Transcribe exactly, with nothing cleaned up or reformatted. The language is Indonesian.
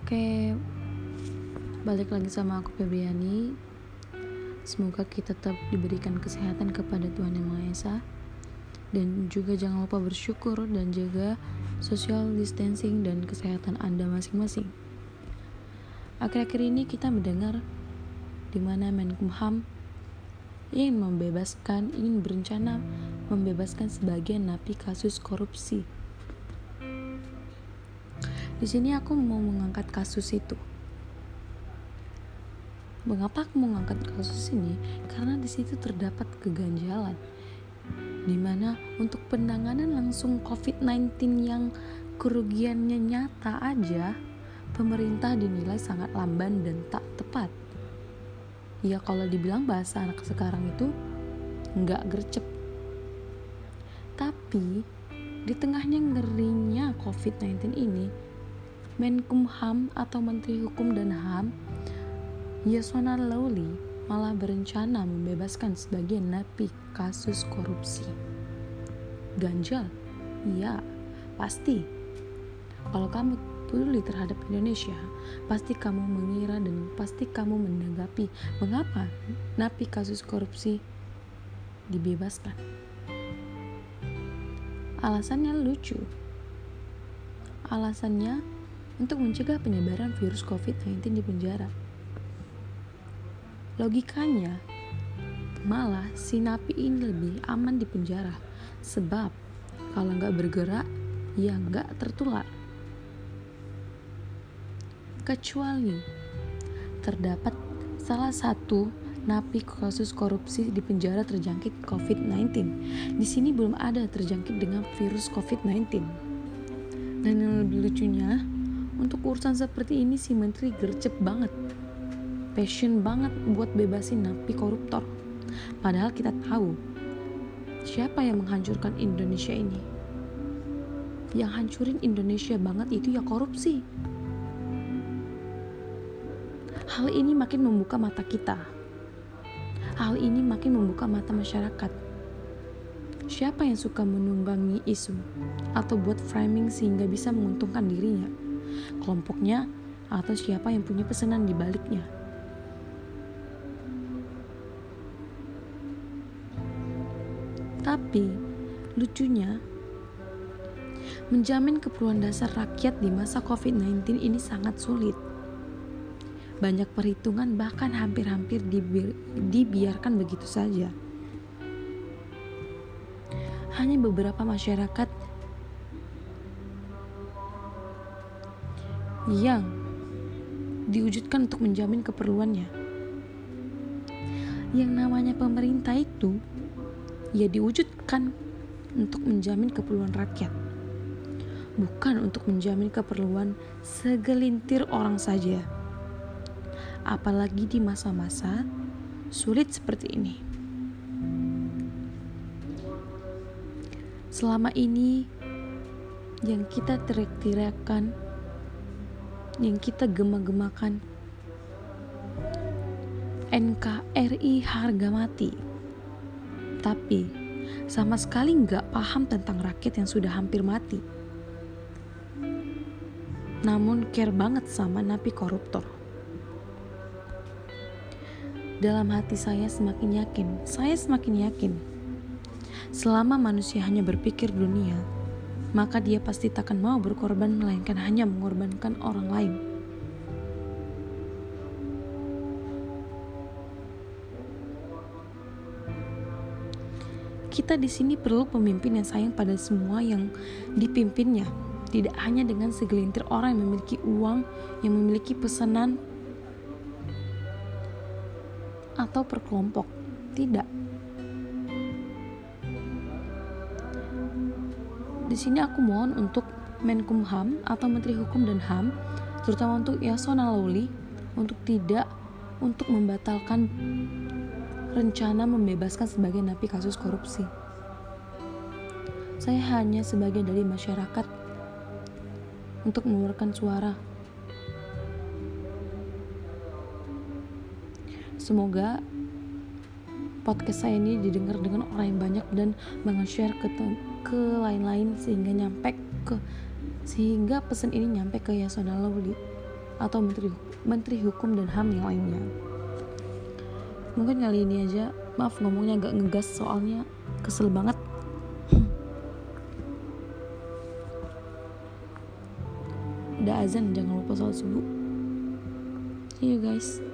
Oke, balik lagi sama aku Febriani. Semoga kita tetap diberikan kesehatan kepada Tuhan Yang Maha Esa. Dan juga jangan lupa bersyukur dan jaga social distancing dan kesehatan Anda masing-masing. Akhir-akhir ini kita mendengar di mana Menkumham ingin membebaskan, ingin berencana membebaskan sebagian napi kasus korupsi. Di sini aku mau mengangkat kasus itu. Mengapa aku mau mengangkat kasus ini? Karena di situ terdapat keganjalan, di mana untuk penanganan langsung covid sembilan belas yang kerugiannya nyata aja, pemerintah dinilai sangat lamban dan tak tepat. Ya kalau dibilang bahasa anak sekarang itu nggak gercep. Tapi di tengahnya ngerinya covid sembilan belas ini, Menkumham atau Menteri Hukum dan H A M Yasona Lawli malah berencana membebaskan sebagian napi kasus korupsi. Ganjal? Iya, pasti. Kalau kamu peduli terhadap Indonesia, pasti kamu mengira dan pasti kamu menanggapi mengapa napi kasus korupsi dibebaskan. Alasannya lucu. Alasannya untuk mencegah penyebaran virus covid sembilan belas di penjara. Logikanya, malah si napi ini lebih aman di penjara, sebab kalau nggak bergerak, ya nggak tertular. Kecuali terdapat salah satu napi kasus korupsi di penjara terjangkit covid sembilan belas. Di sini belum ada terjangkit dengan virus covid sembilan belas. Dan yang lebih lucunya, untuk urusan seperti ini si menteri gercep banget, passion banget buat bebasin napi koruptor. Padahal kita tahu siapa yang menghancurkan Indonesia ini. Yang hancurin Indonesia banget itu ya korupsi. Hal ini makin membuka mata kita. Hal ini makin membuka mata masyarakat. Siapa yang suka menunggangi isu atau buat framing sehingga bisa menguntungkan dirinya, kelompoknya, atau siapa yang punya pesanan di baliknya. Tapi lucunya, menjamin keperluan dasar rakyat di masa covid sembilan belas ini sangat sulit. Banyak perhitungan bahkan hampir-hampir dibi- dibiarkan begitu saja. Hanya beberapa masyarakat yang diwujudkan untuk menjamin keperluannya. Yang namanya pemerintah itu ya diwujudkan untuk menjamin keperluan rakyat, bukan untuk menjamin keperluan segelintir orang saja. Apalagi di masa-masa sulit seperti ini. Selama ini yang kita teriak-teriakan, yang kita gema-gemakan, N K R I harga mati. Tapi sama sekali nggak paham tentang rakyat yang sudah hampir mati. Namun care banget sama napi koruptor. Dalam hati saya semakin yakin, saya semakin yakin, selama manusia hanya berpikir dunia, maka dia pasti takkan mau berkorban melainkan hanya mengorbankan orang lain. Kita di sini perlu pemimpin yang sayang pada semua yang dipimpinnya, tidak hanya dengan segelintir orang yang memiliki uang, yang memiliki pesanan atau perkelompok. Tidak. Di sini aku mohon untuk Menkumham atau Menteri Hukum dan H A M, terutama untuk Yasona Lawli, untuk tidak untuk membatalkan rencana membebaskan sebagian napi kasus korupsi. Saya hanya sebagian dari masyarakat untuk mengeluarkan suara. Semoga podcast saya ini didengar dengan orang yang banyak dan meng-share ke, ke lain-lain sehingga nyampe ke sehingga pesan ini nyampe ke Yasona Lawli atau menteri menteri hukum dan H A M yang lainnya. Mungkin kali ini aja, maaf ngomongnya agak ngegas soalnya kesel banget. Udah azan, jangan lupa sholat subuh. See you guys.